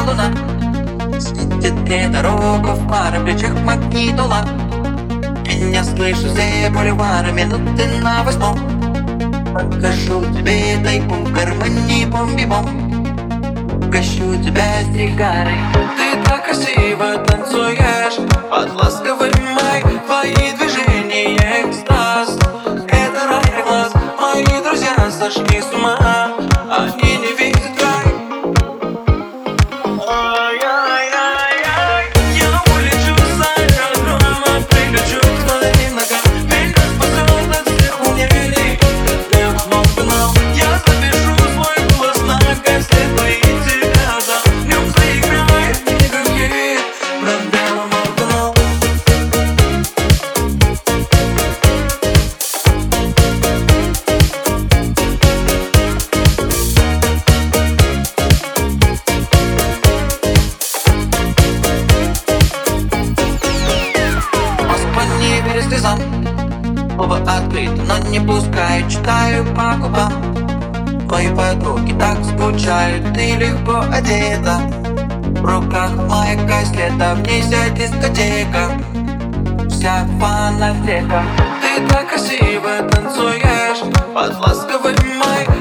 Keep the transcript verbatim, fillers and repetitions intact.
луна. Светит мне дорога, в пара плечах магнитола. Меня слышу за бульвара, минуты на восьмом. Покажу тебе тайком в гармонии бомби-бом. Угощу тебя сигарой. Ты так красиво танцуешь под ласковый май. Твои движения экстаз, это рай глаз. Мои друзья сошли с ума, они не видят край. Ай-яй-яй-яй, я улечу с аэродрома, прилечу к твоим ногам. Перекат спасет от всех волнений, как мог-канал. Я запишу свой голос на кассету и тебя дам. В нем заиграет никакие правила мог-канал. Слезам. Оба открыты, но не пускаю, читаю по губам. Твои подруги так скучают, ты легко одета. В руках моя кассета, в ней вся дискотека, вся фанатека. Ты так красиво танцуешь под ласковый май.